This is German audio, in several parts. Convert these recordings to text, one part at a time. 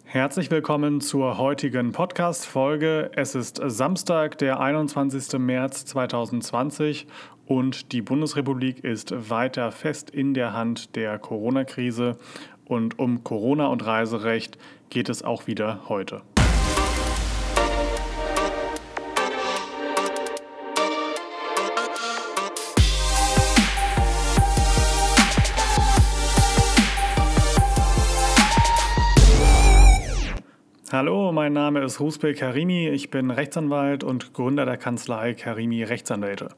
Herzlich willkommen zur heutigen Podcast-Folge. Es ist Samstag, der 21. März 2020 und die Bundesrepublik ist weiter fest in der Hand der Corona-Krise. Und um Corona und Reiserecht geht es auch wieder heute. Hallo, mein Name ist Ruspe Karimi, ich bin Rechtsanwalt und Gründer der Kanzlei Karimi Rechtsanwälte.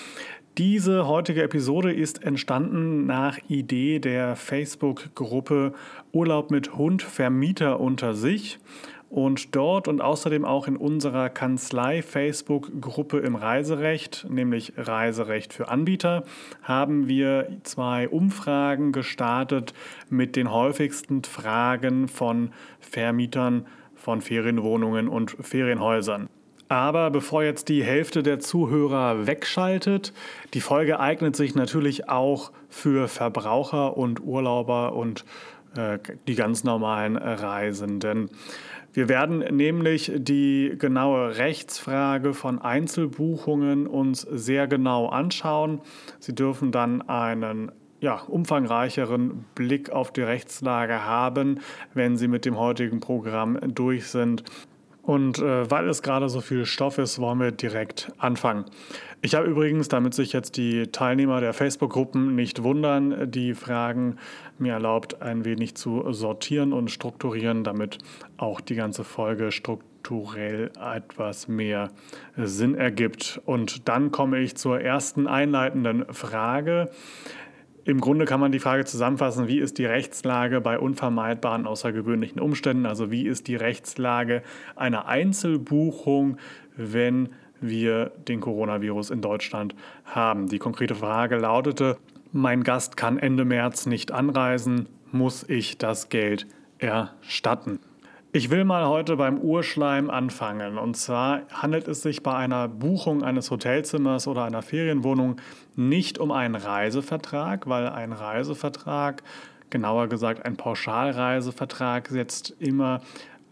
Diese heutige Episode ist entstanden nach Idee der Facebook-Gruppe Urlaub mit Hund Vermieter unter sich. Und dort und außerdem auch in unserer Kanzlei-Facebook-Gruppe im Reiserecht, nämlich Reiserecht für Anbieter, haben wir 2 Umfragen gestartet mit den häufigsten Fragen von Vermietern von Ferienwohnungen und Ferienhäusern. Aber bevor jetzt die Hälfte der Zuhörer wegschaltet, die Folge eignet sich natürlich auch für Verbraucher und Urlauber und die ganz normalen Reisenden. Wir werden nämlich die genaue Rechtsfrage von Einzelbuchungen uns sehr genau anschauen. Sie dürfen dann einen umfangreicheren Blick auf die Rechtslage haben, wenn Sie mit dem heutigen Programm durch sind. Und weil es gerade so viel Stoff ist, wollen wir direkt anfangen. Ich habe übrigens, damit sich jetzt die Teilnehmer der Facebook-Gruppen nicht wundern, die Fragen mir erlaubt, ein wenig zu sortieren und strukturieren, damit auch die ganze Folge strukturell etwas mehr Sinn ergibt. Und dann komme ich zur ersten einleitenden Frage. Im Grunde kann man die Frage zusammenfassen, wie ist die Rechtslage bei unvermeidbaren außergewöhnlichen Umständen, also wie ist die Rechtslage einer Einzelbuchung, wenn wir den Coronavirus in Deutschland haben. Die konkrete Frage lautete, mein Gast kann Ende März nicht anreisen, muss ich das Geld erstatten? Ich will mal heute beim Urschleim anfangen. Und zwar handelt es sich bei einer Buchung eines Hotelzimmers oder einer Ferienwohnung nicht um einen Reisevertrag, weil ein Reisevertrag, genauer gesagt ein Pauschalreisevertrag, setzt immer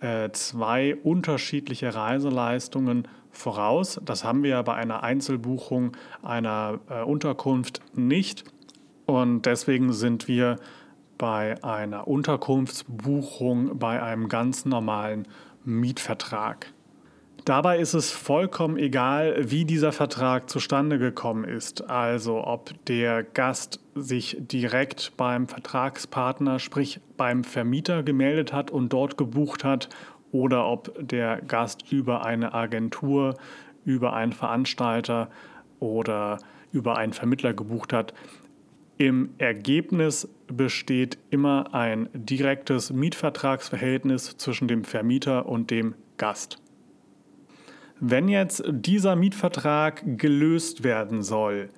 2 unterschiedliche Reiseleistungen voraus. Das haben wir ja bei einer Einzelbuchung einer Unterkunft nicht. Und deswegen sind wir bei einer Unterkunftsbuchung bei einem ganz normalen Mietvertrag. Dabei ist es vollkommen egal, wie dieser Vertrag zustande gekommen ist. Also ob der Gast sich direkt beim Vertragspartner, sprich beim Vermieter gemeldet hat und dort gebucht hat oder ob der Gast über eine Agentur, über einen Veranstalter oder über einen Vermittler gebucht hat. Im Ergebnis besteht immer ein direktes Mietvertragsverhältnis zwischen dem Vermieter und dem Gast. Wenn jetzt dieser Mietvertrag gelöst werden soll,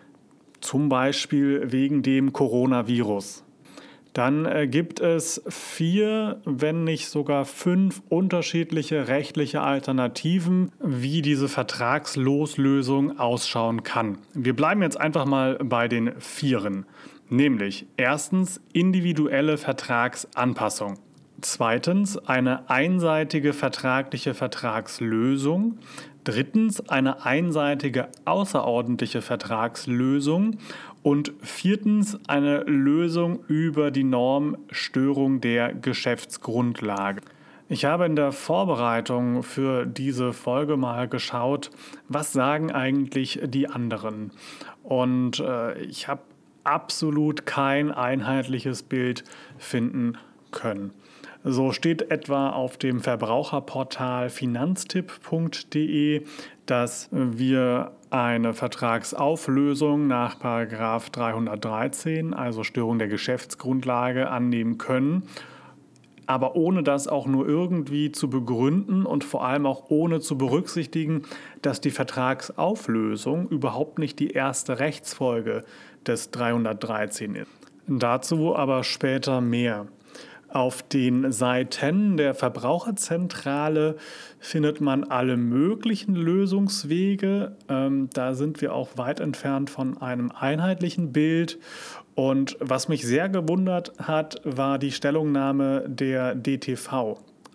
zum Beispiel wegen dem Coronavirus, dann gibt es 4, wenn nicht sogar 5 unterschiedliche rechtliche Alternativen, wie diese Vertragsloslösung ausschauen kann. Wir bleiben jetzt einfach mal bei den 4. Nämlich erstens individuelle Vertragsanpassung. Zweitens eine einseitige vertragliche Vertragslösung. Drittens eine einseitige außerordentliche Vertragslösung. Und 4. eine Lösung über die Normstörung der Geschäftsgrundlage. Ich habe in der Vorbereitung für diese Folge mal geschaut, was sagen eigentlich die anderen. Und ich habe absolut kein einheitliches Bild finden können. So steht etwa auf dem Verbraucherportal finanztipp.de, dass wir eine Vertragsauflösung nach § 313, also Störung der Geschäftsgrundlage, annehmen können, aber ohne das auch nur irgendwie zu begründen und vor allem auch ohne zu berücksichtigen, dass die Vertragsauflösung überhaupt nicht die erste Rechtsfolge des 313 ist. Dazu aber später mehr. Auf den Seiten der Verbraucherzentrale findet man alle möglichen Lösungswege. Da sind wir auch weit entfernt von einem einheitlichen Bild. Und was mich sehr gewundert hat, war die Stellungnahme der DTV.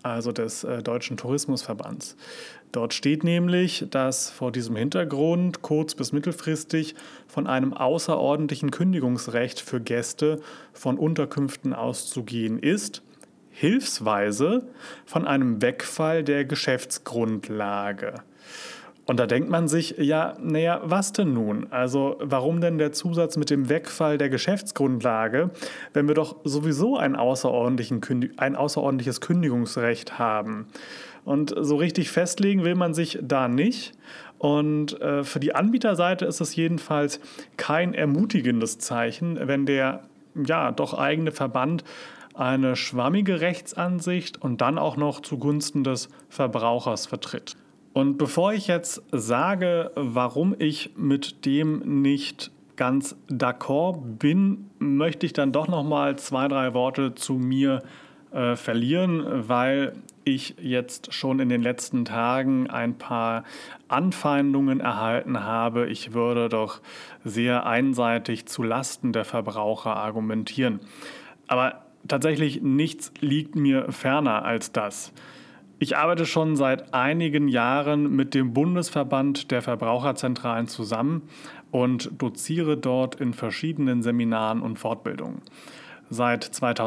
also des Deutschen Tourismusverbands. Dort steht nämlich, dass vor diesem Hintergrund kurz- bis mittelfristig von einem außerordentlichen Kündigungsrecht für Gäste von Unterkünften auszugehen ist, hilfsweise von einem Wegfall der Geschäftsgrundlage. Und da denkt man sich, was denn nun? Also warum denn der Zusatz mit dem Wegfall der Geschäftsgrundlage, wenn wir doch sowieso ein außerordentliches Kündigungsrecht haben? Und so richtig festlegen will man sich da nicht. Und für die Anbieterseite ist es jedenfalls kein ermutigendes Zeichen, wenn der doch eigene Verband eine schwammige Rechtsansicht und dann auch noch zugunsten des Verbrauchers vertritt. Und bevor ich jetzt sage, warum ich mit dem nicht ganz d'accord bin, möchte ich dann doch noch mal 2, 3 Worte zu mir verlieren, weil ich jetzt schon in den letzten Tagen ein paar Anfeindungen erhalten habe. Ich würde doch sehr einseitig zu Lasten der Verbraucher argumentieren. Aber tatsächlich nichts liegt mir ferner als das. Ich arbeite schon seit einigen Jahren mit dem Bundesverband der Verbraucherzentralen zusammen und doziere dort in verschiedenen Seminaren und Fortbildungen. Seit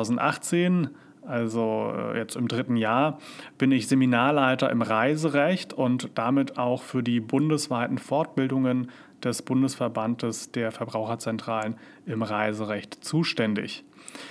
2018, also jetzt im 3. Jahr, bin ich Seminarleiter im Reiserecht und damit auch für die bundesweiten Fortbildungen des Bundesverbandes der Verbraucherzentralen im Reiserecht zuständig.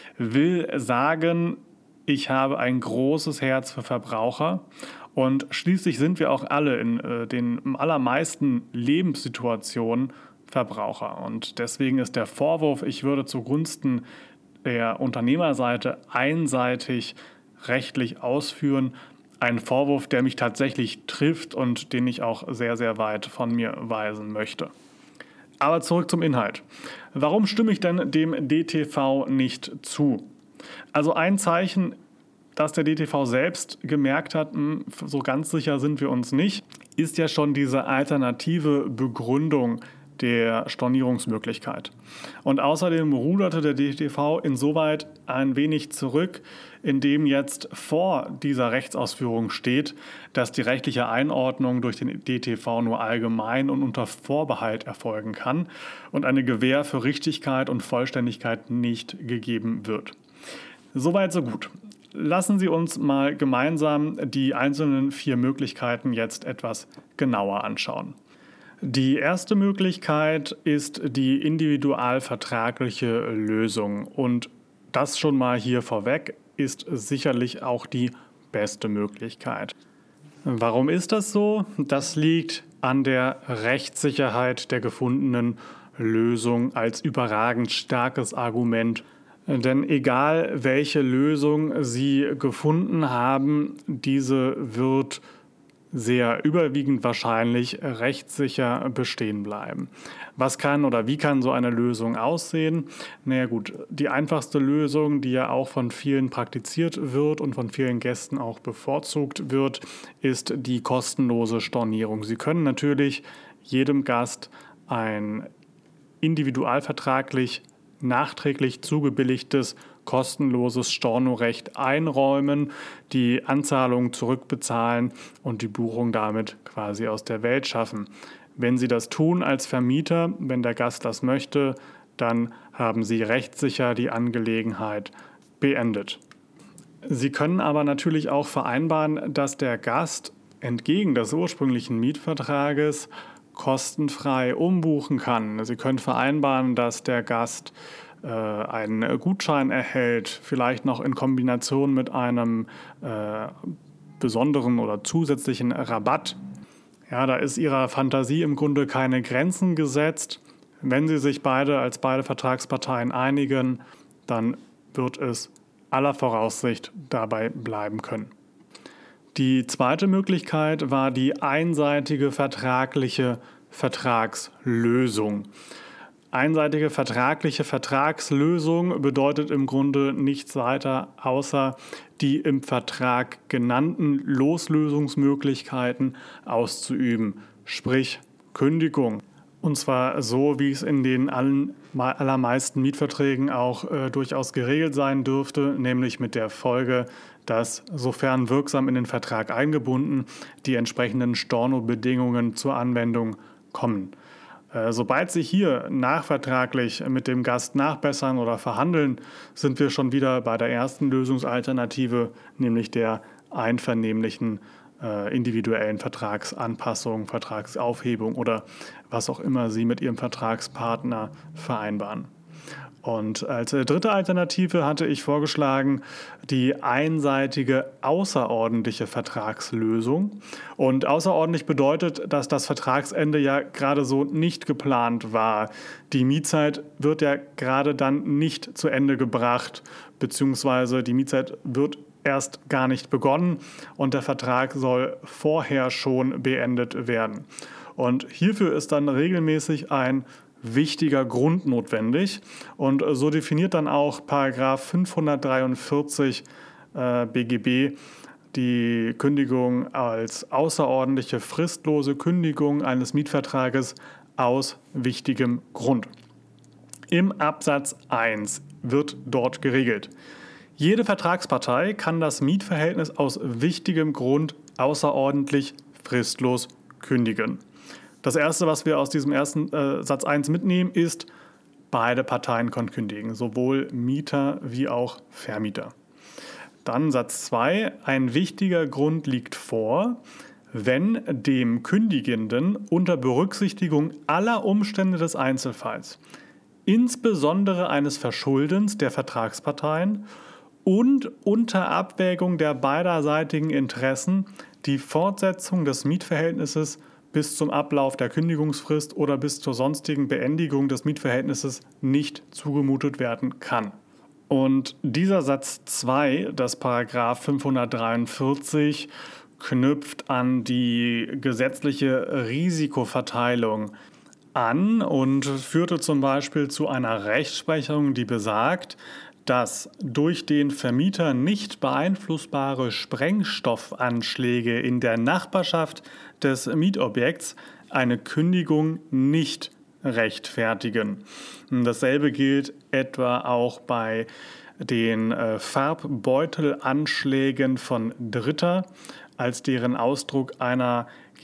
Will sagen, ich habe ein großes Herz für Verbraucher und schließlich sind wir auch alle in den allermeisten Lebenssituationen Verbraucher. Und deswegen ist der Vorwurf, ich würde zugunsten der Unternehmerseite einseitig rechtlich ausführen, ein Vorwurf, der mich tatsächlich trifft und den ich auch sehr, sehr weit von mir weisen möchte. Aber zurück zum Inhalt. Warum stimme ich denn dem DTV nicht zu? Also ein Zeichen, das der DTV selbst gemerkt hat, so ganz sicher sind wir uns nicht, ist ja schon diese alternative Begründung der Stornierungsmöglichkeit. Und außerdem ruderte der DTV insoweit ein wenig zurück, indem jetzt vor dieser Rechtsausführung steht, dass die rechtliche Einordnung durch den DTV nur allgemein und unter Vorbehalt erfolgen kann und eine Gewähr für Richtigkeit und Vollständigkeit nicht gegeben wird. Soweit, so gut. Lassen Sie uns mal gemeinsam die einzelnen 4 Möglichkeiten jetzt etwas genauer anschauen. Die erste Möglichkeit ist die individualvertragliche Lösung und das schon mal hier vorweg ist sicherlich auch die beste Möglichkeit. Warum ist das so? Das liegt an der Rechtssicherheit der gefundenen Lösung als überragend starkes Argument. Denn egal welche Lösung Sie gefunden haben, diese wird sehr überwiegend wahrscheinlich rechtssicher bestehen bleiben. Was kann oder wie kann so eine Lösung aussehen? Naja gut, die einfachste Lösung, die ja auch von vielen praktiziert wird und von vielen Gästen auch bevorzugt wird, ist die kostenlose Stornierung. Sie können natürlich jedem Gast ein individualvertraglich nachträglich zugebilligtes kostenloses Stornorecht einräumen, die Anzahlung zurückbezahlen und die Buchung damit quasi aus der Welt schaffen. Wenn Sie das tun als Vermieter, wenn der Gast das möchte, dann haben Sie rechtssicher die Angelegenheit beendet. Sie können aber natürlich auch vereinbaren, dass der Gast entgegen des ursprünglichen Mietvertrages kostenfrei umbuchen kann. Sie können vereinbaren, dass der Gast einen Gutschein erhält, vielleicht noch in Kombination mit einem besonderen oder zusätzlichen Rabatt. Ja, da ist Ihrer Fantasie im Grunde keine Grenzen gesetzt. Wenn Sie sich als beide Vertragsparteien einigen, dann wird es aller Voraussicht dabei bleiben können. Die zweite Möglichkeit war die einseitige vertragliche Vertragslösung. Einseitige vertragliche Vertragslösung bedeutet im Grunde nichts weiter, außer die im Vertrag genannten Loslösungsmöglichkeiten auszuüben, sprich Kündigung. Und zwar so, wie es in den allermeisten Mietverträgen auch durchaus geregelt sein dürfte, nämlich mit der Folge, dass, sofern wirksam in den Vertrag eingebunden, die entsprechenden Stornobedingungen zur Anwendung kommen. Sobald Sie hier nachvertraglich mit dem Gast nachbessern oder verhandeln, sind wir schon wieder bei der ersten Lösungsalternative, nämlich der einvernehmlichen individuellen Vertragsanpassung, Vertragsaufhebung oder was auch immer Sie mit Ihrem Vertragspartner vereinbaren. Und als dritte Alternative hatte ich vorgeschlagen die einseitige außerordentliche Vertragslösung. Und außerordentlich bedeutet, dass das Vertragsende ja gerade so nicht geplant war. Die Mietzeit wird ja gerade dann nicht zu Ende gebracht, beziehungsweise die Mietzeit wird erst gar nicht begonnen und der Vertrag soll vorher schon beendet werden. Und hierfür ist dann regelmäßig ein wichtiger Grund notwendig und so definiert dann auch Paragraph 543 BGB die Kündigung als außerordentliche fristlose Kündigung eines Mietvertrages aus wichtigem Grund. Im Absatz 1 wird dort geregelt: Jede Vertragspartei kann das Mietverhältnis aus wichtigem Grund außerordentlich fristlos kündigen. Das Erste, was wir aus diesem ersten Satz 1 mitnehmen, ist, beide Parteien können kündigen, sowohl Mieter wie auch Vermieter. Dann Satz 2, ein wichtiger Grund liegt vor, wenn dem Kündigenden unter Berücksichtigung aller Umstände des Einzelfalls, insbesondere eines Verschuldens der Vertragsparteien und unter Abwägung der beiderseitigen Interessen, die Fortsetzung des Mietverhältnisses bis zum Ablauf der Kündigungsfrist oder bis zur sonstigen Beendigung des Mietverhältnisses nicht zugemutet werden kann. Und dieser Satz 2, das Paragraph 543, knüpft an die gesetzliche Risikoverteilung an und führte zum Beispiel zu einer Rechtsprechung, die besagt, dass durch den Vermieter nicht beeinflussbare Sprengstoffanschläge in der Nachbarschaft des Mietobjekts eine Kündigung nicht rechtfertigen. Dasselbe gilt etwa auch bei den Farbbeutelanschlägen von Dritter als deren Ausdruck einer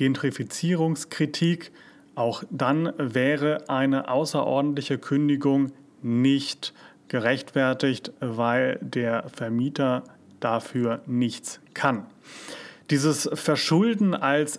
Gentrifizierungskritik. Auch dann wäre eine außerordentliche Kündigung nicht gerechtfertigt, weil der Vermieter dafür nichts kann. Dieses Verschulden als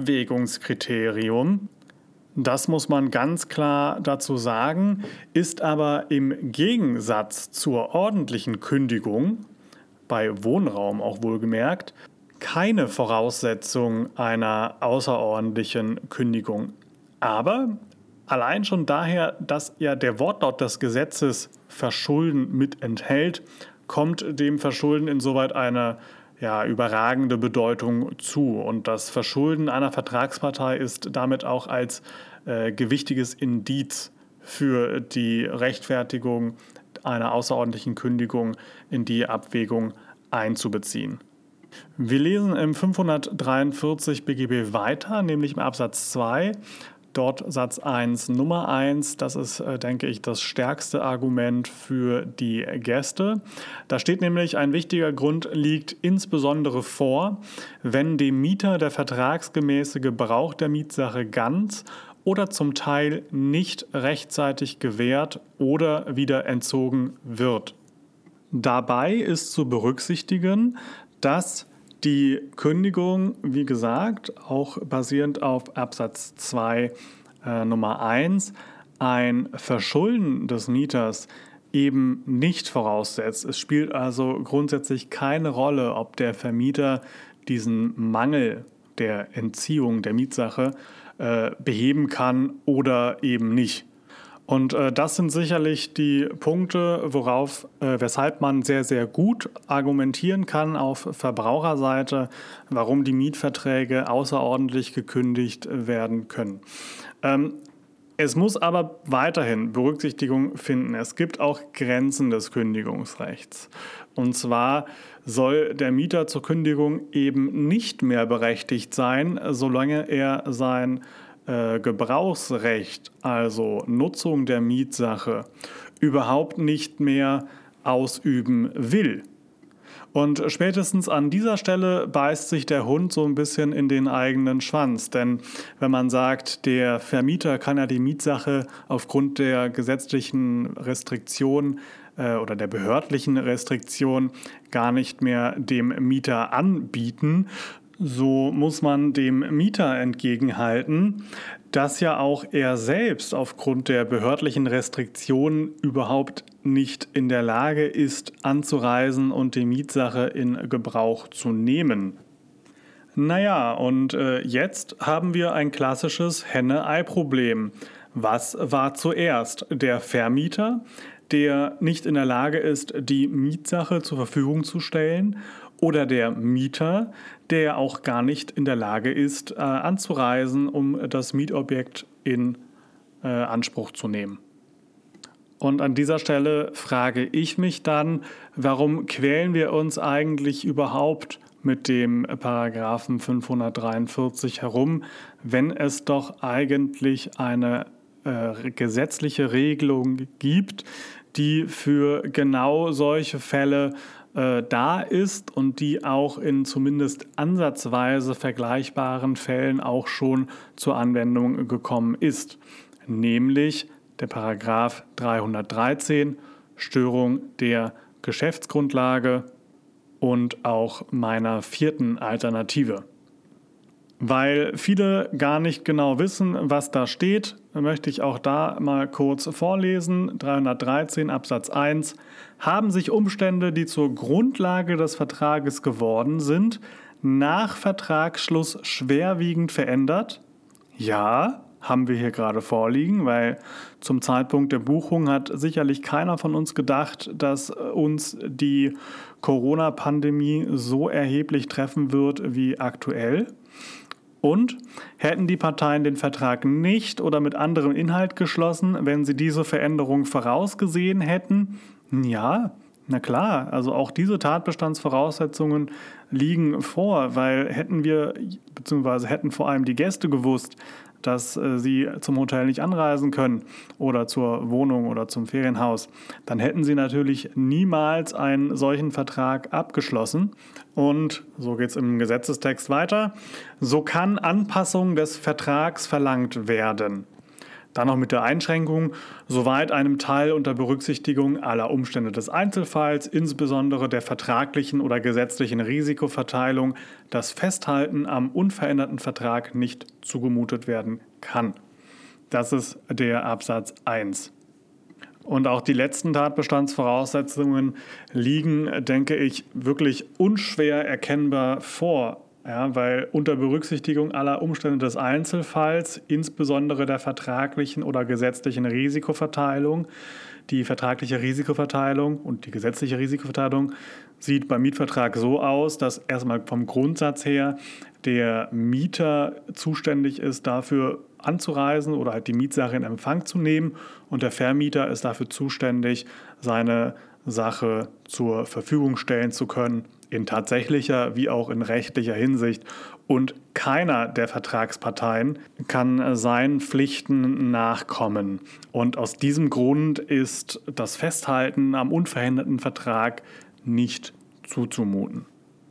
Abwägungskriterium, das muss man ganz klar dazu sagen, ist aber im Gegensatz zur ordentlichen Kündigung, bei Wohnraum auch wohlgemerkt, keine Voraussetzung einer außerordentlichen Kündigung. Aber allein schon daher, dass ja der Wortlaut des Gesetzes Verschulden mit enthält, kommt dem Verschulden insoweit eine überragende Bedeutung zu. Und das Verschulden einer Vertragspartei ist damit auch als gewichtiges Indiz für die Rechtfertigung einer außerordentlichen Kündigung in die Abwägung einzubeziehen. Wir lesen im 543 BGB weiter, nämlich im Absatz 2. Dort Satz 1 Nummer 1, das ist, denke ich, das stärkste Argument für die Gäste. Da steht nämlich, ein wichtiger Grund liegt insbesondere vor, wenn dem Mieter der vertragsgemäße Gebrauch der Mietsache ganz oder zum Teil nicht rechtzeitig gewährt oder wieder entzogen wird. Dabei ist zu berücksichtigen, dass die Kündigung, wie gesagt, auch basierend auf Absatz 2 Nummer 1, ein Verschulden des Mieters eben nicht voraussetzt. Es spielt also grundsätzlich keine Rolle, ob der Vermieter diesen Mangel der Entziehung der Mietsache beheben kann oder eben nicht. Und das sind sicherlich die Punkte, weshalb man sehr, sehr gut argumentieren kann auf Verbraucherseite, warum die Mietverträge außerordentlich gekündigt werden können. Es muss aber weiterhin Berücksichtigung finden. Es gibt auch Grenzen des Kündigungsrechts. Und zwar soll der Mieter zur Kündigung eben nicht mehr berechtigt sein, solange er sein Gebrauchsrecht, also Nutzung der Mietsache, überhaupt nicht mehr ausüben will. Und spätestens an dieser Stelle beißt sich der Hund so ein bisschen in den eigenen Schwanz. Denn wenn man sagt, der Vermieter kann ja die Mietsache aufgrund der gesetzlichen Restriktion oder der behördlichen Restriktion gar nicht mehr dem Mieter anbieten, so muss man dem Mieter entgegenhalten, dass ja auch er selbst aufgrund der behördlichen Restriktionen überhaupt nicht in der Lage ist, anzureisen und die Mietsache in Gebrauch zu nehmen. Naja, und jetzt haben wir ein klassisches Henne-Ei-Problem. Was war zuerst? Der Vermieter, der nicht in der Lage ist, die Mietsache zur Verfügung zu stellen, oder der Mieter, der auch gar nicht in der Lage ist, anzureisen, um das Mietobjekt in Anspruch zu nehmen. Und an dieser Stelle frage ich mich dann, warum quälen wir uns eigentlich überhaupt mit dem Paragraphen 543 herum, wenn es doch eigentlich eine gesetzliche Regelung gibt, die für genau solche Fälle da ist und die auch in zumindest ansatzweise vergleichbaren Fällen auch schon zur Anwendung gekommen ist. Nämlich der Paragraph 313, Störung der Geschäftsgrundlage und auch meiner vierten Alternative. Weil viele gar nicht genau wissen, was da steht, möchte ich auch da mal kurz vorlesen. 313 Absatz 1. Haben sich Umstände, die zur Grundlage des Vertrages geworden sind, nach Vertragsschluss schwerwiegend verändert? Ja, haben wir hier gerade vorliegen, weil zum Zeitpunkt der Buchung hat sicherlich keiner von uns gedacht, dass uns die Corona-Pandemie so erheblich treffen wird wie aktuell. Und hätten die Parteien den Vertrag nicht oder mit anderem Inhalt geschlossen, wenn sie diese Veränderung vorausgesehen hätten? Ja, na klar, also auch diese Tatbestandsvoraussetzungen liegen vor, weil hätten vor allem die Gäste gewusst, dass sie zum Hotel nicht anreisen können oder zur Wohnung oder zum Ferienhaus, dann hätten sie natürlich niemals einen solchen Vertrag abgeschlossen. Und so geht es im Gesetzestext weiter. So kann Anpassung des Vertrags verlangt werden. Dann noch mit der Einschränkung, soweit einem Teil unter Berücksichtigung aller Umstände des Einzelfalls, insbesondere der vertraglichen oder gesetzlichen Risikoverteilung, das Festhalten am unveränderten Vertrag nicht zugemutet werden kann. Das ist der Absatz 1. Und auch die letzten Tatbestandsvoraussetzungen liegen, denke ich, wirklich unschwer erkennbar vor. Ja, weil unter Berücksichtigung aller Umstände des Einzelfalls, insbesondere der vertraglichen oder gesetzlichen Risikoverteilung, die vertragliche Risikoverteilung und die gesetzliche Risikoverteilung sieht beim Mietvertrag so aus, dass erstmal vom Grundsatz her der Mieter zuständig ist, dafür anzureisen oder halt die Mietsache in Empfang zu nehmen und der Vermieter ist dafür zuständig, seine Sache zur Verfügung stellen zu können, in tatsächlicher wie auch in rechtlicher Hinsicht. Und keiner der Vertragsparteien kann seinen Pflichten nachkommen. Und aus diesem Grund ist das Festhalten am unveränderten Vertrag nicht zuzumuten.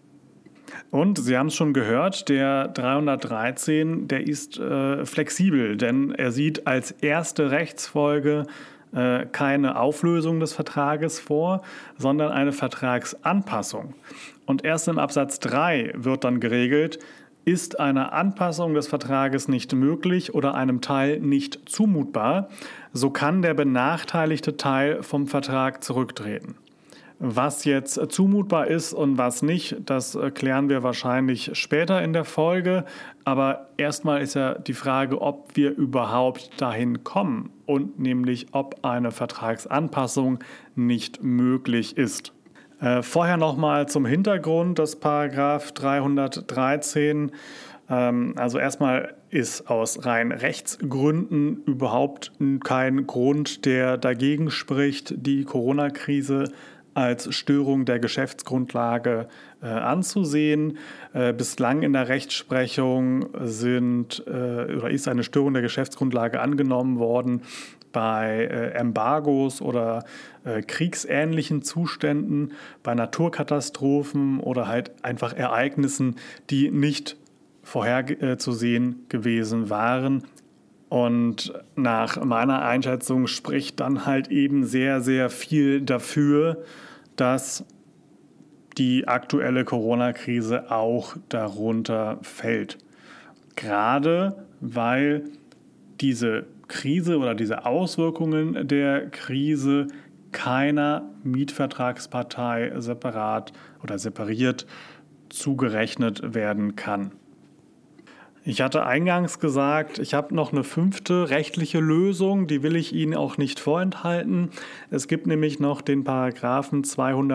Und Sie haben es schon gehört, der 313, der ist flexibel, denn er sieht als erste Rechtsfolge keine Auflösung des Vertrages vor, sondern eine Vertragsanpassung. Und erst im Absatz 3 wird dann geregelt, ist eine Anpassung des Vertrages nicht möglich oder einem Teil nicht zumutbar, so kann der benachteiligte Teil vom Vertrag zurücktreten. Was jetzt zumutbar ist und was nicht, das klären wir wahrscheinlich später in der Folge. Aber erstmal ist ja die Frage, ob wir überhaupt dahin kommen und nämlich ob eine Vertragsanpassung nicht möglich ist. Vorher nochmal zum Hintergrund des Paragraph 313. Also erstmal ist aus rein Rechtsgründen überhaupt kein Grund, der dagegen spricht, die Corona-Krise als Störung der Geschäftsgrundlage anzusehen. Bislang in der Rechtsprechung ist eine Störung der Geschäftsgrundlage angenommen worden bei Embargos oder kriegsähnlichen Zuständen, bei Naturkatastrophen oder halt einfach Ereignissen, die nicht vorherzusehen gewesen waren. Und nach meiner Einschätzung spricht dann halt eben sehr, sehr viel dafür, dass die aktuelle Corona-Krise auch darunter fällt. Gerade weil diese Krise oder diese Auswirkungen der Krise keiner Mietvertragspartei separat oder separiert zugerechnet werden kann. Ich hatte eingangs gesagt, ich habe noch eine 5. rechtliche Lösung, die will ich Ihnen auch nicht vorenthalten. Es gibt nämlich noch den Paragraphen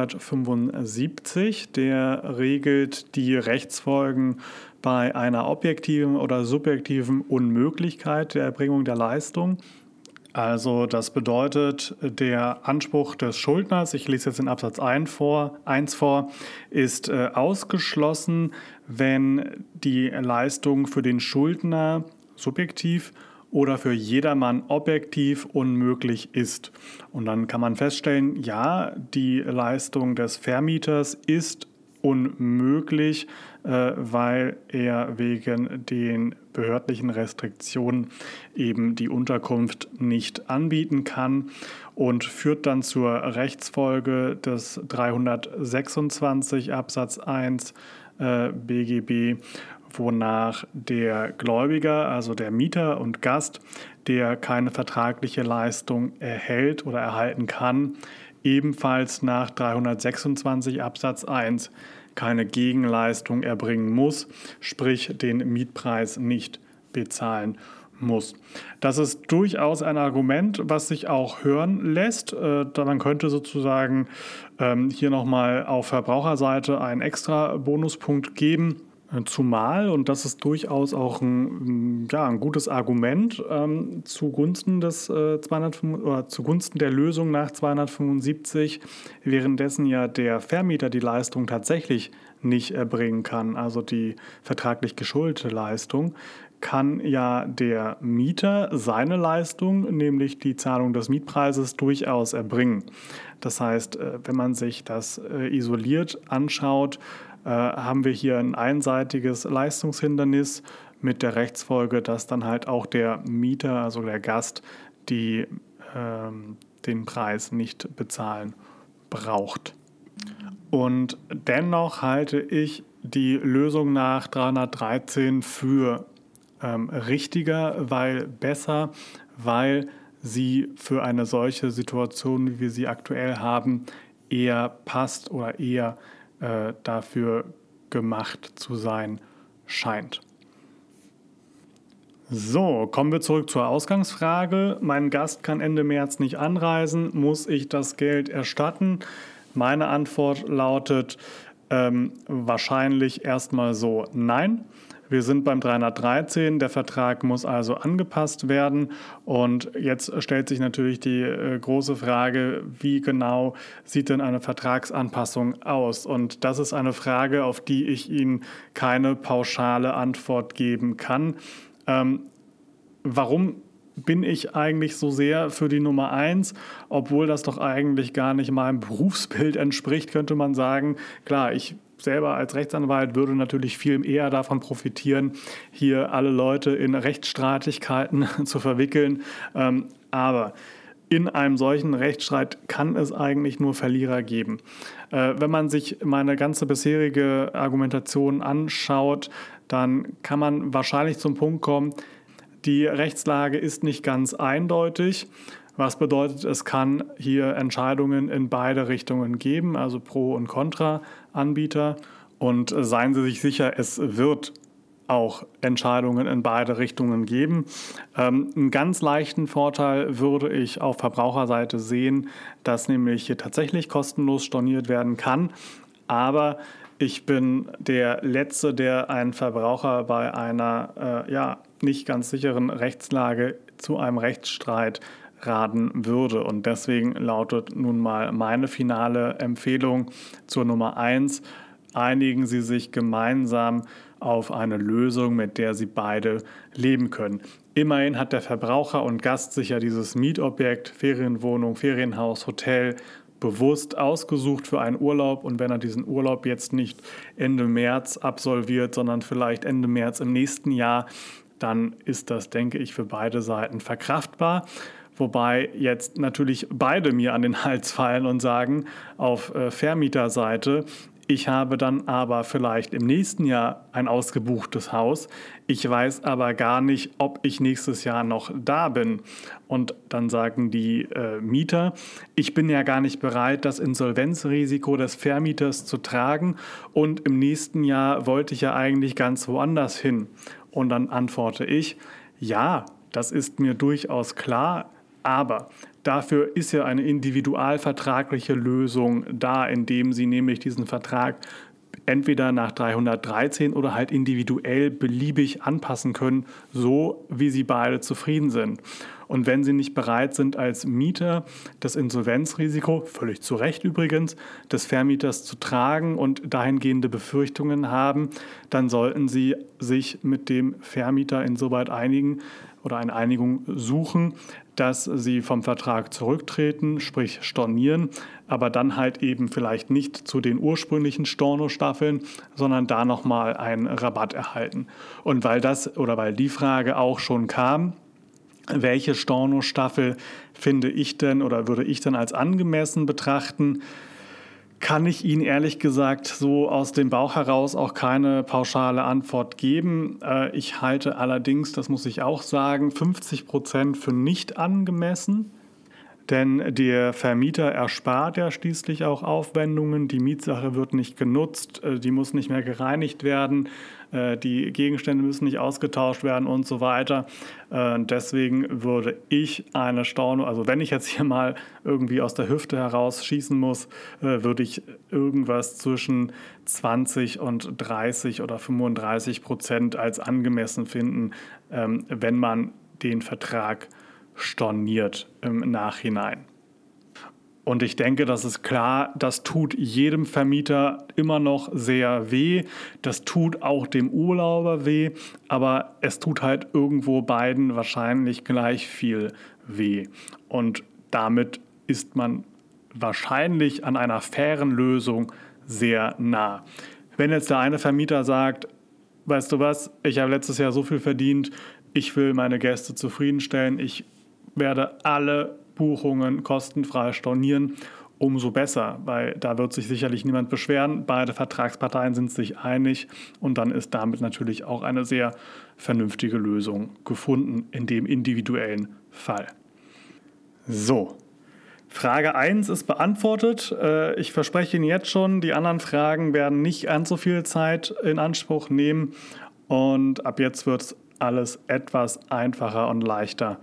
275, der regelt die Rechtsfolgen bei einer objektiven oder subjektiven Unmöglichkeit der Erbringung der Leistung. Also das bedeutet, der Anspruch des Schuldners, ich lese jetzt den Absatz 1 vor, ist ausgeschlossen, wenn die Leistung für den Schuldner subjektiv oder für jedermann objektiv unmöglich ist. Und dann kann man feststellen, ja, die Leistung des Vermieters ist unmöglich, weil er wegen den behördlichen Restriktionen eben die Unterkunft nicht anbieten kann und führt dann zur Rechtsfolge des 326 Absatz 1 BGB, wonach der Gläubiger, also der Mieter und Gast, der keine vertragliche Leistung erhält oder erhalten kann, ebenfalls nach 326 Absatz 1 keine Gegenleistung erbringen muss, sprich den Mietpreis nicht bezahlen muss. Das ist durchaus ein Argument, was sich auch hören lässt. Man könnte sozusagen hier nochmal auf Verbraucherseite einen extra Bonuspunkt geben. Zumal, und das ist durchaus auch ein gutes Argument, zugunsten der Lösung nach 275, währenddessen ja der Vermieter die Leistung tatsächlich nicht erbringen kann, also die vertraglich geschuldete Leistung, kann ja der Mieter seine Leistung, nämlich die Zahlung des Mietpreises, durchaus erbringen. Das heißt, wenn man sich das isoliert anschaut, haben wir hier ein einseitiges Leistungshindernis mit der Rechtsfolge, dass dann halt auch der Mieter, also der Gast, den Preis nicht bezahlen braucht. Und dennoch halte ich die Lösung nach 313 für richtiger, weil sie für eine solche Situation, wie wir sie aktuell haben, eher passt oder eher dafür gemacht zu sein scheint. So, kommen wir zurück zur Ausgangsfrage. Mein Gast kann Ende März nicht anreisen. Muss ich das Geld erstatten? Meine Antwort lautet wahrscheinlich erstmal so: Nein. Wir sind beim 313, der Vertrag muss also angepasst werden, und jetzt stellt sich natürlich die große Frage, wie genau sieht denn eine Vertragsanpassung aus? Und das ist eine Frage, auf die ich Ihnen keine pauschale Antwort geben kann. Warum bin ich eigentlich so sehr für die Nummer 1, obwohl das doch eigentlich gar nicht meinem Berufsbild entspricht, könnte man sagen. Klar, ich selber als Rechtsanwalt würde natürlich viel eher davon profitieren, hier alle Leute in Rechtsstreitigkeiten zu verwickeln. Aber in einem solchen Rechtsstreit kann es eigentlich nur Verlierer geben. Wenn man sich meine ganze bisherige Argumentation anschaut, dann kann man wahrscheinlich zum Punkt kommen, die Rechtslage ist nicht ganz eindeutig. Was bedeutet, es kann hier Entscheidungen in beide Richtungen geben, also Pro- und Contra-Anbieter. Und seien Sie sich sicher, es wird auch Entscheidungen in beide Richtungen geben. Einen ganz leichten Vorteil würde ich auf Verbraucherseite sehen, dass nämlich hier tatsächlich kostenlos storniert werden kann. Aber ich bin der Letzte, der einen Verbraucher bei einer nicht ganz sicheren Rechtslage zu einem Rechtsstreit raten würde. Und deswegen lautet nun mal meine finale Empfehlung zur Nummer 1. einigen Sie sich gemeinsam auf eine Lösung, mit der Sie beide leben können. Immerhin hat der Verbraucher und Gast sich ja dieses Mietobjekt, Ferienwohnung, Ferienhaus, Hotel bewusst ausgesucht für einen Urlaub, und wenn er diesen Urlaub jetzt nicht Ende März absolviert, sondern vielleicht Ende März im nächsten Jahr, dann ist das, denke ich, für beide Seiten verkraftbar. Wobei jetzt natürlich beide mir an den Hals fallen und sagen, auf Vermieterseite, ich habe dann aber vielleicht im nächsten Jahr ein ausgebuchtes Haus. Ich weiß aber gar nicht, ob ich nächstes Jahr noch da bin. Und dann sagen die Mieter, ich bin ja gar nicht bereit, das Insolvenzrisiko des Vermieters zu tragen. Und im nächsten Jahr wollte ich ja eigentlich ganz woanders hin. Und dann antworte ich, ja, das ist mir durchaus klar. Aber dafür ist ja eine individualvertragliche Lösung da, indem Sie nämlich diesen Vertrag entweder nach 313 oder halt individuell beliebig anpassen können, so wie Sie beide zufrieden sind. Und wenn Sie nicht bereit sind, als Mieter das Insolvenzrisiko, völlig zu Recht übrigens, des Vermieters zu tragen und dahingehende Befürchtungen haben, dann sollten Sie sich mit dem Vermieter insoweit einigen oder eine Einigung suchen, dass Sie vom Vertrag zurücktreten, sprich stornieren, aber dann halt eben vielleicht nicht zu den ursprünglichen Storno-Staffeln, sondern da nochmal einen Rabatt erhalten. Und weil die Frage auch schon kam, welche Storno-Staffel finde ich denn oder würde ich denn als angemessen betrachten, kann ich Ihnen ehrlich gesagt so aus dem Bauch heraus auch keine pauschale Antwort geben. Ich halte allerdings, das muss ich auch sagen, 50% für nicht angemessen. Denn der Vermieter erspart ja schließlich auch Aufwendungen. Die Mietsache wird nicht genutzt, die muss nicht mehr gereinigt werden, die Gegenstände müssen nicht ausgetauscht werden und so weiter. Deswegen würde ich eine Storno, also wenn ich jetzt hier mal irgendwie aus der Hüfte heraus schießen muss, würde ich irgendwas zwischen 20 und 30 oder 35% als angemessen finden, wenn man den Vertrag storniert im Nachhinein. Und ich denke, das ist klar, das tut jedem Vermieter immer noch sehr weh. Das tut auch dem Urlauber weh, aber es tut halt irgendwo beiden wahrscheinlich gleich viel weh. Und damit ist man wahrscheinlich an einer fairen Lösung sehr nah. Wenn jetzt der eine Vermieter sagt, weißt du was, ich habe letztes Jahr so viel verdient, ich will meine Gäste zufriedenstellen, ich werde alle Buchungen kostenfrei stornieren, umso besser, weil da wird sich sicherlich niemand beschweren. Beide Vertragsparteien sind sich einig und dann ist damit natürlich auch eine sehr vernünftige Lösung gefunden in dem individuellen Fall. So, Frage 1 ist beantwortet. Ich verspreche Ihnen jetzt schon, die anderen Fragen werden nicht ganz so viel Zeit in Anspruch nehmen und ab jetzt wird es alles etwas einfacher und leichter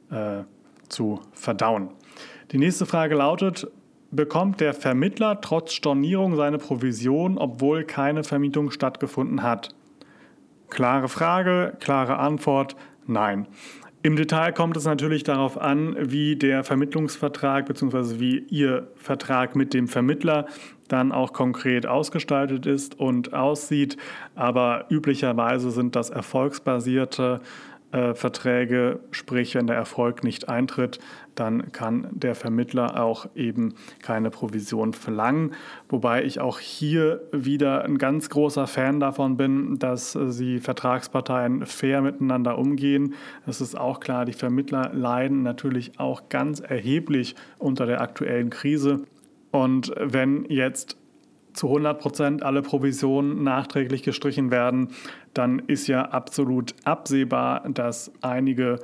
zu verdauen. Die nächste Frage lautet, bekommt der Vermittler trotz Stornierung seine Provision, obwohl keine Vermietung stattgefunden hat? Klare Frage, klare Antwort, nein. Im Detail kommt es natürlich darauf an, wie der Vermittlungsvertrag bzw. wie Ihr Vertrag mit dem Vermittler dann auch konkret ausgestaltet ist und aussieht. Aber üblicherweise sind das erfolgsbasierte Verträge, sprich wenn der Erfolg nicht eintritt, dann kann der Vermittler auch eben keine Provision verlangen. Wobei ich auch hier wieder ein ganz großer Fan davon bin, dass die Vertragsparteien fair miteinander umgehen. Es ist auch klar, die Vermittler leiden natürlich auch ganz erheblich unter der aktuellen Krise. Und wenn jetzt zu 100% alle Provisionen nachträglich gestrichen werden, dann ist ja absolut absehbar, dass einige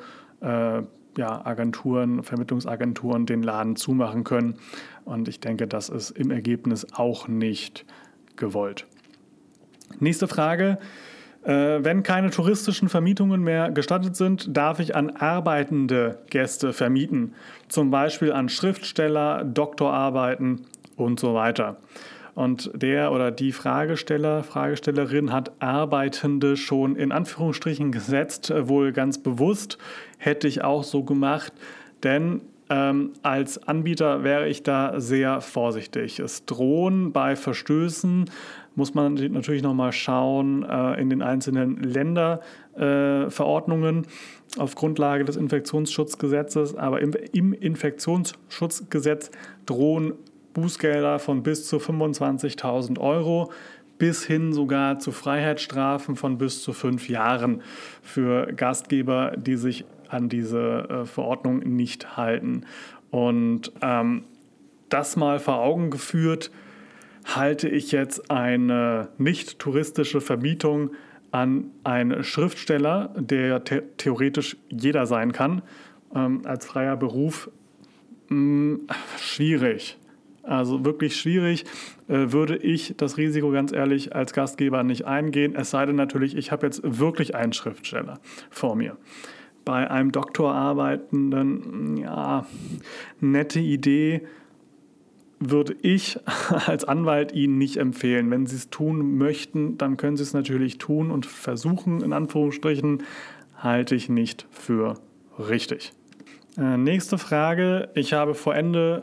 Agenturen, Vermittlungsagenturen den Laden zumachen können. Und ich denke, das ist im Ergebnis auch nicht gewollt. Nächste Frage. Wenn keine touristischen Vermietungen mehr gestattet sind, darf ich an arbeitende Gäste vermieten. Zum Beispiel an Schriftsteller, Doktorarbeiten und so weiter. Und der oder die Fragestellerin hat Arbeitende schon in Anführungsstrichen gesetzt, wohl ganz bewusst, hätte ich auch so gemacht, denn Als Anbieter wäre ich da sehr vorsichtig. Es drohen bei Verstößen, muss man natürlich nochmal schauen, in den einzelnen Länderverordnungen auf Grundlage des Infektionsschutzgesetzes. Aber im Infektionsschutzgesetz drohen Bußgelder von bis zu 25.000 Euro bis hin sogar zu Freiheitsstrafen von bis zu 5 Jahren für Gastgeber, die sich an diese Verordnung nicht halten. Und das mal vor Augen geführt, halte ich jetzt eine nicht touristische Vermietung an einen Schriftsteller, der theoretisch jeder sein kann, als freier Beruf, schwierig. Also wirklich schwierig, würde ich das Risiko ganz ehrlich als Gastgeber nicht eingehen, es sei denn natürlich, ich habe jetzt wirklich einen Schriftsteller vor mir. Bei einem Doktorarbeitenden, ja, nette Idee, würde ich als Anwalt Ihnen nicht empfehlen. Wenn Sie es tun möchten, dann können Sie es natürlich tun und versuchen, in Anführungsstrichen, halte ich nicht für richtig. Nächste Frage. Ich habe vor, Ende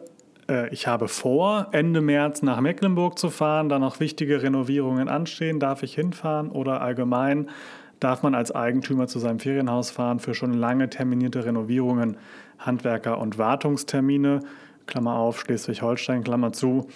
März nach Mecklenburg zu fahren, da noch wichtige Renovierungen anstehen. Darf ich hinfahren oder allgemein darf man als Eigentümer zu seinem Ferienhaus fahren für schon lange terminierte Renovierungen, Handwerker- und Wartungstermine? Klammer auf, Schleswig-Holstein, Klammer zu.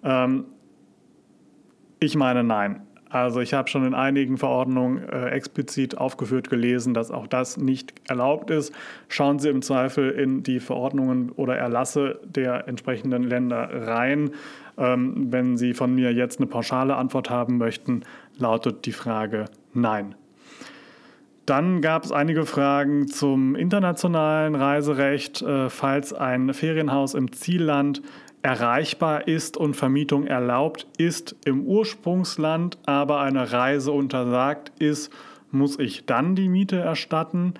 Ich meine nein. Also ich habe schon in einigen Verordnungen explizit aufgeführt gelesen, dass auch das nicht erlaubt ist. Schauen Sie im Zweifel in die Verordnungen oder Erlasse der entsprechenden Länder rein. Wenn Sie von mir jetzt eine pauschale Antwort haben möchten, lautet die Frage nein. Dann gab es einige Fragen zum internationalen Reiserecht, falls ein Ferienhaus im Zielland erreichbar ist und Vermietung erlaubt ist im Ursprungsland, aber eine Reise untersagt ist, muss ich dann die Miete erstatten?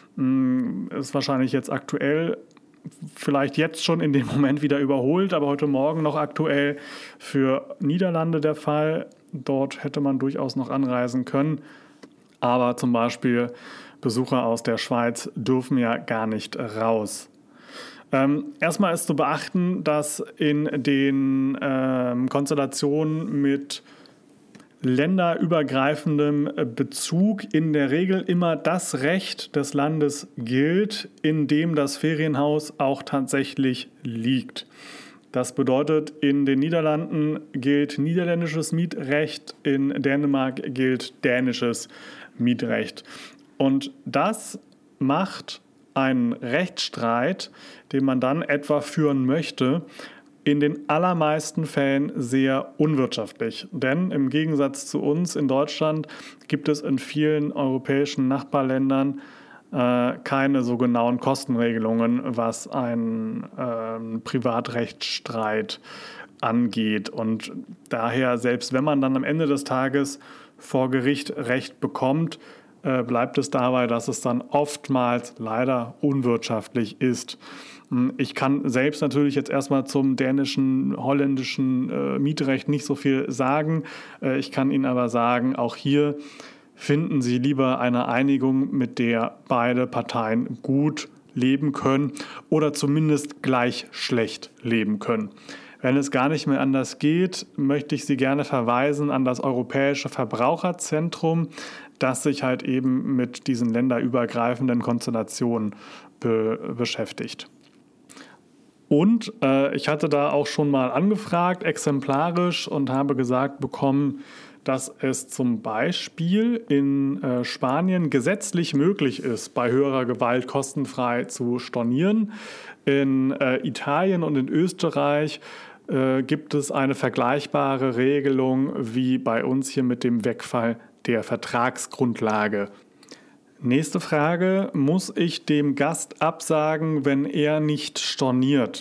Ist wahrscheinlich jetzt aktuell, vielleicht jetzt schon in dem Moment wieder überholt, aber heute Morgen noch aktuell für Niederlande der Fall. Dort hätte man durchaus noch anreisen können. Aber zum Beispiel Besucher aus der Schweiz dürfen ja gar nicht raus. Erstmal ist zu beachten, dass in den Konstellationen mit länderübergreifendem Bezug in der Regel immer das Recht des Landes gilt, in dem das Ferienhaus auch tatsächlich liegt. Das bedeutet, in den Niederlanden gilt niederländisches Mietrecht, in Dänemark gilt dänisches Mietrecht. Und das macht einen Rechtsstreit, den man dann etwa führen möchte, in den allermeisten Fällen sehr unwirtschaftlich. Denn im Gegensatz zu uns in Deutschland gibt es in vielen europäischen Nachbarländern keine so genauen Kostenregelungen, was einen Privatrechtsstreit angeht. Und daher, selbst wenn man dann am Ende des Tages vor Gericht Recht bekommt, bleibt es dabei, dass es dann oftmals leider unwirtschaftlich ist. Ich kann selbst natürlich jetzt erstmal zum dänischen, holländischen Mietrecht nicht so viel sagen. Ich kann Ihnen aber sagen, auch hier finden Sie lieber eine Einigung, mit der beide Parteien gut leben können oder zumindest gleich schlecht leben können. Wenn es gar nicht mehr anders geht, möchte ich Sie gerne verweisen an das Europäische Verbraucherzentrum, das sich halt eben mit diesen länderübergreifenden Konstellationen beschäftigt. Und ich hatte da auch schon mal angefragt, exemplarisch, und habe gesagt bekommen, dass es zum Beispiel in Spanien gesetzlich möglich ist, bei höherer Gewalt kostenfrei zu stornieren. In Italien und in Österreich gibt es eine vergleichbare Regelung wie bei uns hier mit dem Wegfall der Vertragsgrundlage. Nächste Frage: Muss ich dem Gast absagen, wenn er nicht storniert?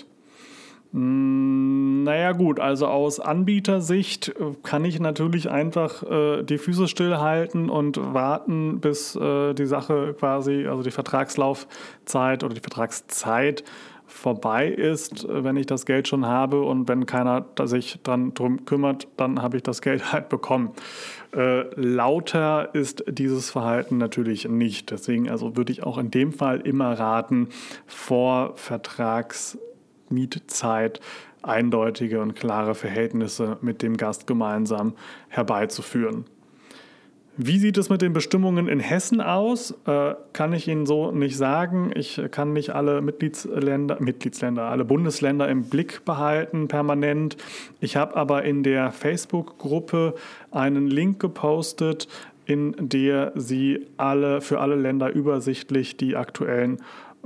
Naja gut, also aus Anbietersicht kann ich natürlich einfach die Füße stillhalten und warten, bis die Sache quasi, also die Vertragslaufzeit oder die Vertragszeit vorbei ist, wenn ich das Geld schon habe und wenn keiner sich dann drum kümmert, dann habe ich das Geld halt bekommen. Lauter ist dieses Verhalten natürlich nicht. Deswegen also würde ich auch in dem Fall immer raten, vor Vertragsmietzeit eindeutige und klare Verhältnisse mit dem Gast gemeinsam herbeizuführen. Wie sieht es mit den Bestimmungen in Hessen aus? Kann ich Ihnen so nicht sagen. Ich kann nicht alle alle Bundesländer im Blick behalten permanent. Ich habe aber in der Facebook-Gruppe einen Link gepostet, in der Sie für alle Länder übersichtlich die aktuellen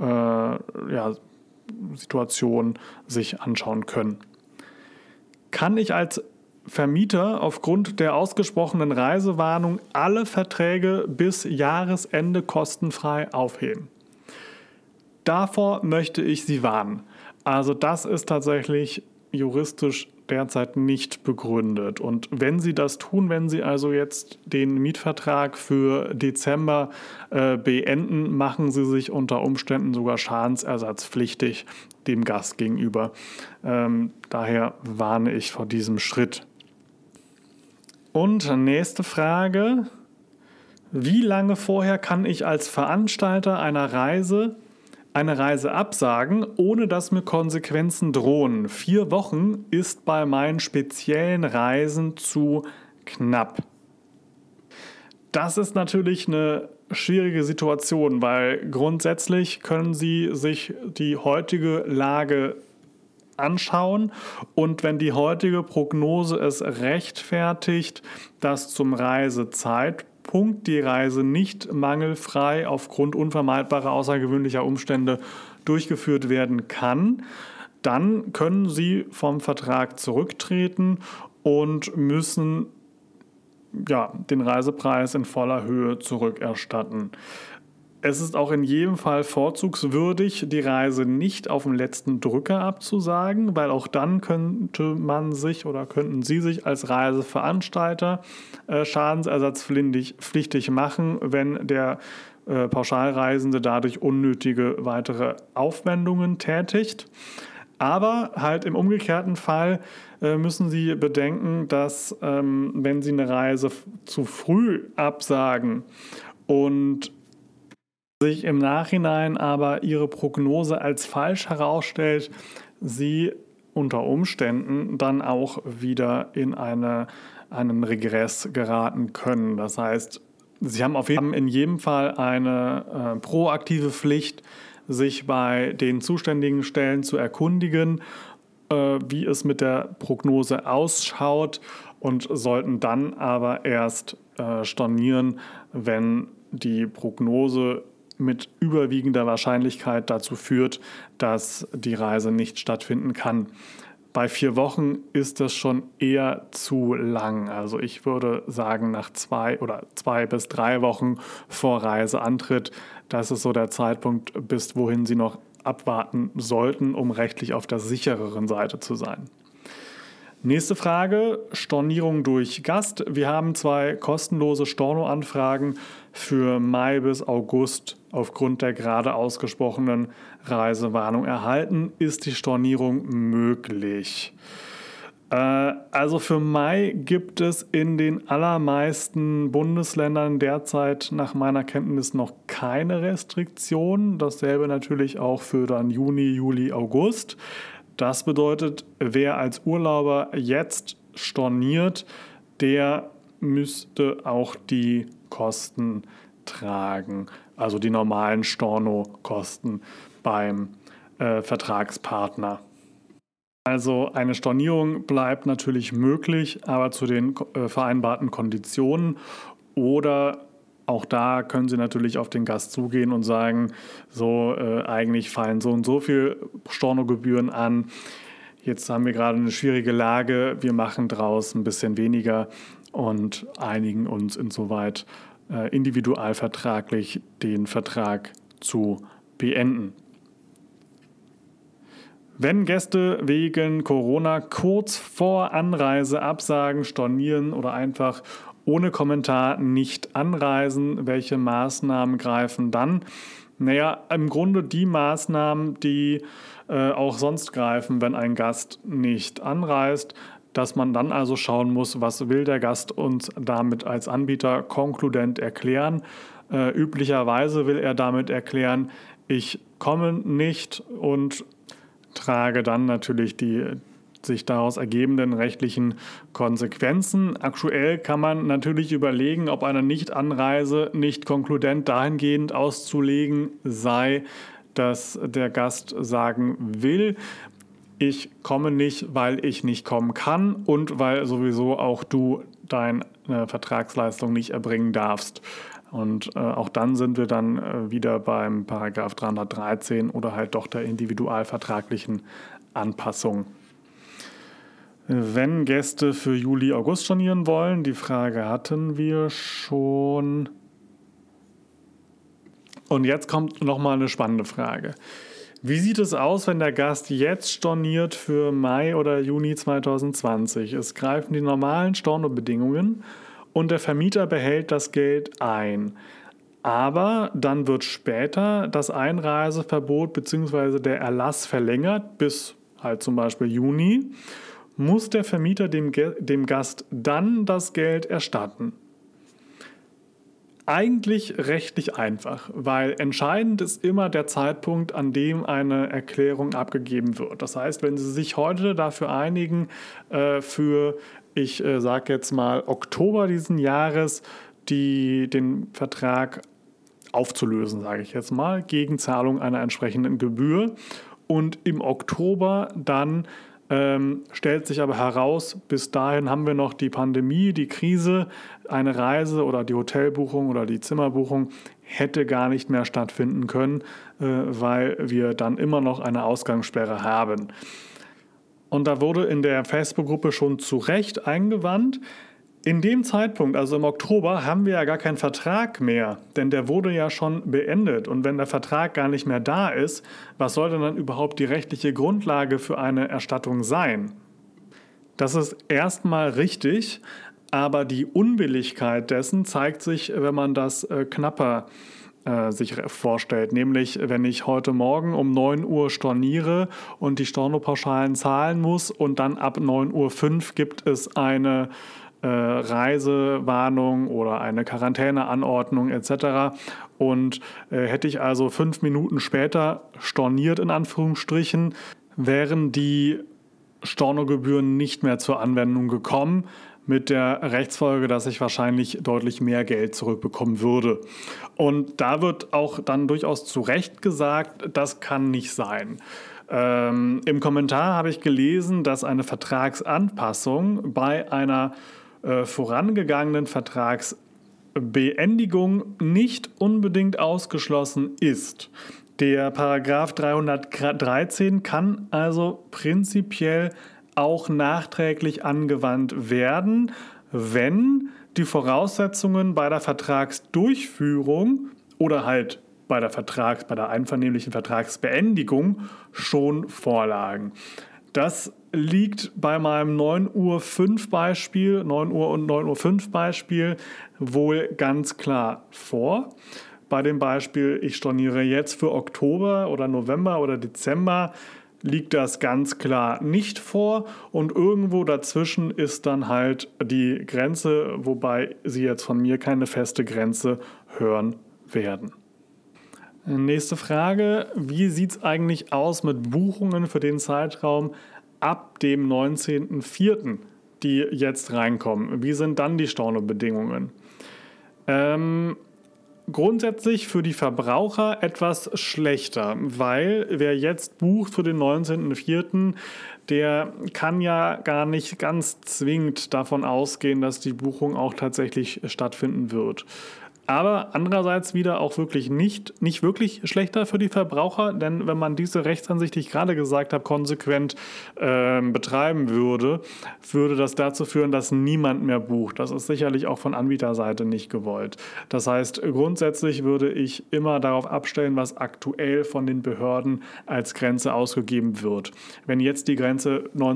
Situationen sich anschauen können. Kann ich als Vermieter aufgrund der ausgesprochenen Reisewarnung alle Verträge bis Jahresende kostenfrei aufheben? Davor möchte ich Sie warnen. Also das ist tatsächlich juristisch derzeit nicht begründet. Und wenn Sie das tun, wenn Sie also jetzt den Mietvertrag für Dezember beenden, machen Sie sich unter Umständen sogar schadensersatzpflichtig dem Gast gegenüber. Daher warne ich vor diesem Schritt. Und nächste Frage: Wie lange vorher kann ich als Veranstalter einer Reise eine Reise absagen, ohne dass mir Konsequenzen drohen? 4 Wochen ist bei meinen speziellen Reisen zu knapp. Das ist natürlich eine schwierige Situation, weil grundsätzlich können Sie sich die heutige Lage anschauen und wenn die heutige Prognose es rechtfertigt, dass zum Reisezeitpunkt die Reise nicht mangelfrei aufgrund unvermeidbarer außergewöhnlicher Umstände durchgeführt werden kann, dann können Sie vom Vertrag zurücktreten und müssen den Reisepreis in voller Höhe zurückerstatten. Es ist auch in jedem Fall vorzugswürdig, die Reise nicht auf den letzten Drücker abzusagen, weil auch dann könnten Sie sich als Reiseveranstalter schadensersatzpflichtig machen, wenn der Pauschalreisende dadurch unnötige weitere Aufwendungen tätigt. Aber halt im umgekehrten Fall müssen Sie bedenken, dass wenn Sie eine Reise zu früh absagen und sich im Nachhinein aber Ihre Prognose als falsch herausstellt, Sie unter Umständen dann auch wieder in einen Regress geraten können. Das heißt, Sie haben in jedem Fall eine proaktive Pflicht, sich bei den zuständigen Stellen zu erkundigen, wie es mit der Prognose ausschaut und sollten dann aber erst stornieren, wenn die Prognose mit überwiegender Wahrscheinlichkeit dazu führt, dass die Reise nicht stattfinden kann. Bei 4 Wochen ist das schon eher zu lang. Also ich würde sagen, nach 2 bis 3 Wochen vor Reiseantritt, das ist so der Zeitpunkt, bis wohin Sie noch abwarten sollten, um rechtlich auf der sichereren Seite zu sein. Nächste Frage: Stornierung durch Gast. Wir haben 2 kostenlose Storno-Anfragen für Mai bis August aufgrund der gerade ausgesprochenen Reisewarnung erhalten. Ist die Stornierung möglich? Also für Mai gibt es in den allermeisten Bundesländern derzeit nach meiner Kenntnis noch keine Restriktionen. Dasselbe natürlich auch für dann Juni, Juli, August. Das bedeutet, wer als Urlauber jetzt storniert, der müsste auch die Kosten tragen, also die normalen Storno-Kosten beim Vertragspartner. Also eine Stornierung bleibt natürlich möglich, aber zu den vereinbarten Konditionen, oder auch da können Sie natürlich auf den Gast zugehen und sagen, eigentlich fallen so und so viel Stornogebühren an. Jetzt haben wir gerade eine schwierige Lage, wir machen draus ein bisschen weniger und einigen uns insoweit individualvertraglich den Vertrag zu beenden. Wenn Gäste wegen Corona kurz vor Anreise absagen, stornieren oder einfach ohne Kommentar nicht anreisen, welche Maßnahmen greifen dann? Naja, im Grunde die Maßnahmen, die auch sonst greifen, wenn ein Gast nicht anreist, dass man dann also schauen muss, was will der Gast uns damit als Anbieter konkludent erklären. Üblicherweise will er damit erklären, ich komme nicht und trage dann natürlich die sich daraus ergebenden rechtlichen Konsequenzen. Aktuell kann man natürlich überlegen, ob eine Nichtanreise nicht konkludent dahingehend auszulegen sei, dass der Gast sagen will, ich komme nicht, weil ich nicht kommen kann und weil sowieso auch du deine Vertragsleistung nicht erbringen darfst. Und auch dann sind wir dann wieder beim Paragraph 313 oder halt doch der individualvertraglichen Anpassung. Wenn Gäste für Juli, August stornieren wollen, die Frage hatten wir schon. Und jetzt kommt nochmal eine spannende Frage. Wie sieht es aus, wenn der Gast jetzt storniert für Mai oder Juni 2020? Es greifen die normalen Stornobedingungen und der Vermieter behält das Geld ein. Aber dann wird später das Einreiseverbot bzw. der Erlass verlängert bis halt zum Beispiel Juni. Muss der Vermieter dem Gast dann das Geld erstatten? Eigentlich rechtlich einfach, weil entscheidend ist immer der Zeitpunkt, an dem eine Erklärung abgegeben wird. Das heißt, wenn Sie sich heute dafür einigen, ich sage jetzt mal Oktober diesen Jahres, den Vertrag aufzulösen, sage ich jetzt mal, gegen Zahlung einer entsprechenden Gebühr und im Oktober dann stellt sich aber heraus, bis dahin haben wir noch die Pandemie, die Krise, eine Reise oder die Hotelbuchung oder die Zimmerbuchung hätte gar nicht mehr stattfinden können, weil wir dann immer noch eine Ausgangssperre haben. Und da wurde in der Facebook-Gruppe schon zu Recht eingewandt, in dem Zeitpunkt, also im Oktober, haben wir ja gar keinen Vertrag mehr, denn der wurde ja schon beendet. Und wenn der Vertrag gar nicht mehr da ist, was soll denn dann überhaupt die rechtliche Grundlage für eine Erstattung sein? Das ist erstmal richtig, aber die Unbilligkeit dessen zeigt sich, wenn man das knapper sich vorstellt. Nämlich, wenn ich heute Morgen um 9 Uhr storniere und die Stornopauschalen zahlen muss und dann ab 9:05 Uhr gibt es eine Reisewarnung oder eine Quarantäneanordnung etc. Und hätte ich also 5 Minuten später storniert, in Anführungsstrichen, wären die Stornogebühren nicht mehr zur Anwendung gekommen, mit der Rechtsfolge, dass ich wahrscheinlich deutlich mehr Geld zurückbekommen würde. Und da wird auch dann durchaus zu Recht gesagt, das kann nicht sein. Im Kommentar habe ich gelesen, dass eine Vertragsanpassung bei einer vorangegangenen Vertragsbeendigung nicht unbedingt ausgeschlossen ist. Der Paragraph 313 kann also prinzipiell auch nachträglich angewandt werden, wenn die Voraussetzungen bei der Vertragsdurchführung oder halt bei der einvernehmlichen Vertragsbeendigung schon vorlagen. Das liegt bei meinem 9:05 Beispiel, 9 Uhr und 9:05 Beispiel wohl ganz klar vor. Bei dem Beispiel, ich storniere jetzt für Oktober oder November oder Dezember, liegt das ganz klar nicht vor und irgendwo dazwischen ist dann halt die Grenze, wobei Sie jetzt von mir keine feste Grenze hören werden. Nächste Frage, wie sieht es eigentlich aus mit Buchungen für den Zeitraum ab dem 19.04., die jetzt reinkommen? Wie sind dann die Stornobedingungen? Grundsätzlich für die Verbraucher etwas schlechter, weil wer jetzt bucht für den 19.04., der kann ja gar nicht ganz zwingend davon ausgehen, dass die Buchung auch tatsächlich stattfinden wird. Aber andererseits wieder auch wirklich nicht wirklich schlechter für die Verbraucher, denn wenn man diese Rechtsansicht, die ich gerade gesagt habe, konsequent betreiben würde das dazu führen, dass niemand mehr bucht. Das ist sicherlich auch von Anbieterseite nicht gewollt. Das heißt, grundsätzlich würde ich immer darauf abstellen, was aktuell von den Behörden als Grenze ausgegeben wird. Wenn jetzt die Grenze beim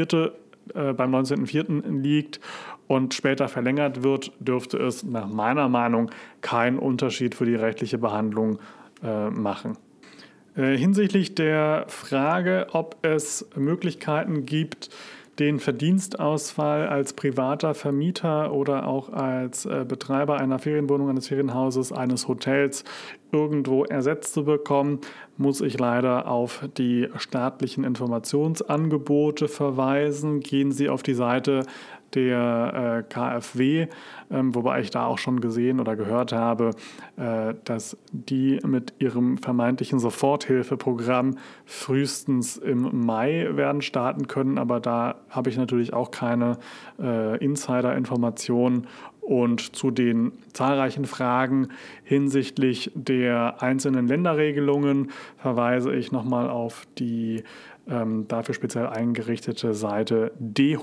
19.04. liegt und später verlängert wird, dürfte es nach meiner Meinung keinen Unterschied für die rechtliche Behandlung machen. Hinsichtlich der Frage, ob es Möglichkeiten gibt, den Verdienstausfall als privater Vermieter oder auch als Betreiber einer Ferienwohnung, eines Ferienhauses, eines Hotels irgendwo ersetzt zu bekommen, muss ich leider auf die staatlichen Informationsangebote verweisen. Gehen Sie auf die Seite der KfW, wobei ich da auch schon gesehen oder gehört habe, dass die mit ihrem vermeintlichen Soforthilfeprogramm frühestens im Mai werden starten können, aber da habe ich natürlich auch keine Insider-Informationen. Und zu den zahlreichen Fragen hinsichtlich der einzelnen Länderregelungen verweise ich nochmal auf die dafür speziell eingerichtete Seite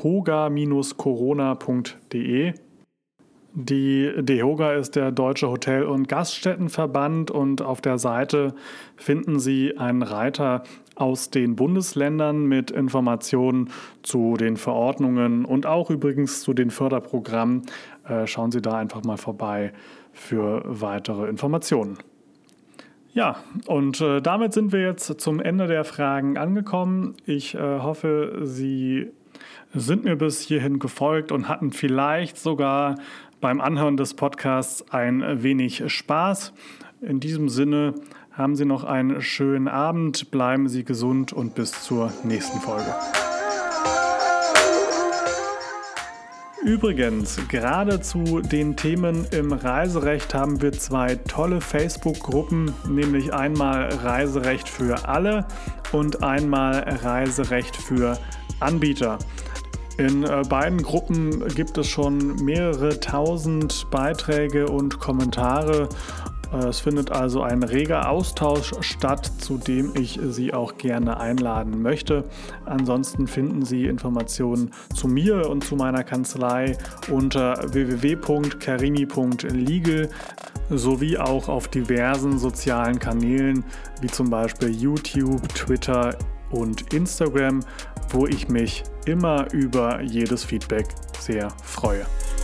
dehoga-corona.de. Die DEHOGA ist der Deutsche Hotel- und Gaststättenverband und auf der Seite finden Sie einen Reiter aus den Bundesländern mit Informationen zu den Verordnungen und auch übrigens zu den Förderprogrammen. Schauen Sie da einfach mal vorbei für weitere Informationen. Ja, und damit sind wir jetzt zum Ende der Fragen angekommen. Ich hoffe, Sie sind mir bis hierhin gefolgt und hatten vielleicht sogar beim Anhören des Podcasts ein wenig Spaß. In diesem Sinne, haben Sie noch einen schönen Abend, bleiben Sie gesund und bis zur nächsten Folge. Übrigens, gerade zu den Themen im Reiserecht haben wir 2 tolle Facebook-Gruppen, nämlich einmal Reiserecht für alle und einmal Reiserecht für Anbieter. In beiden Gruppen gibt es schon mehrere tausend Beiträge und Kommentare. Es findet also ein reger Austausch statt, zu dem ich Sie auch gerne einladen möchte. Ansonsten finden Sie Informationen zu mir und zu meiner Kanzlei unter www.karimi.legal sowie auch auf diversen sozialen Kanälen wie zum Beispiel YouTube, Twitter und Instagram, wo ich mich immer über jedes Feedback sehr freue.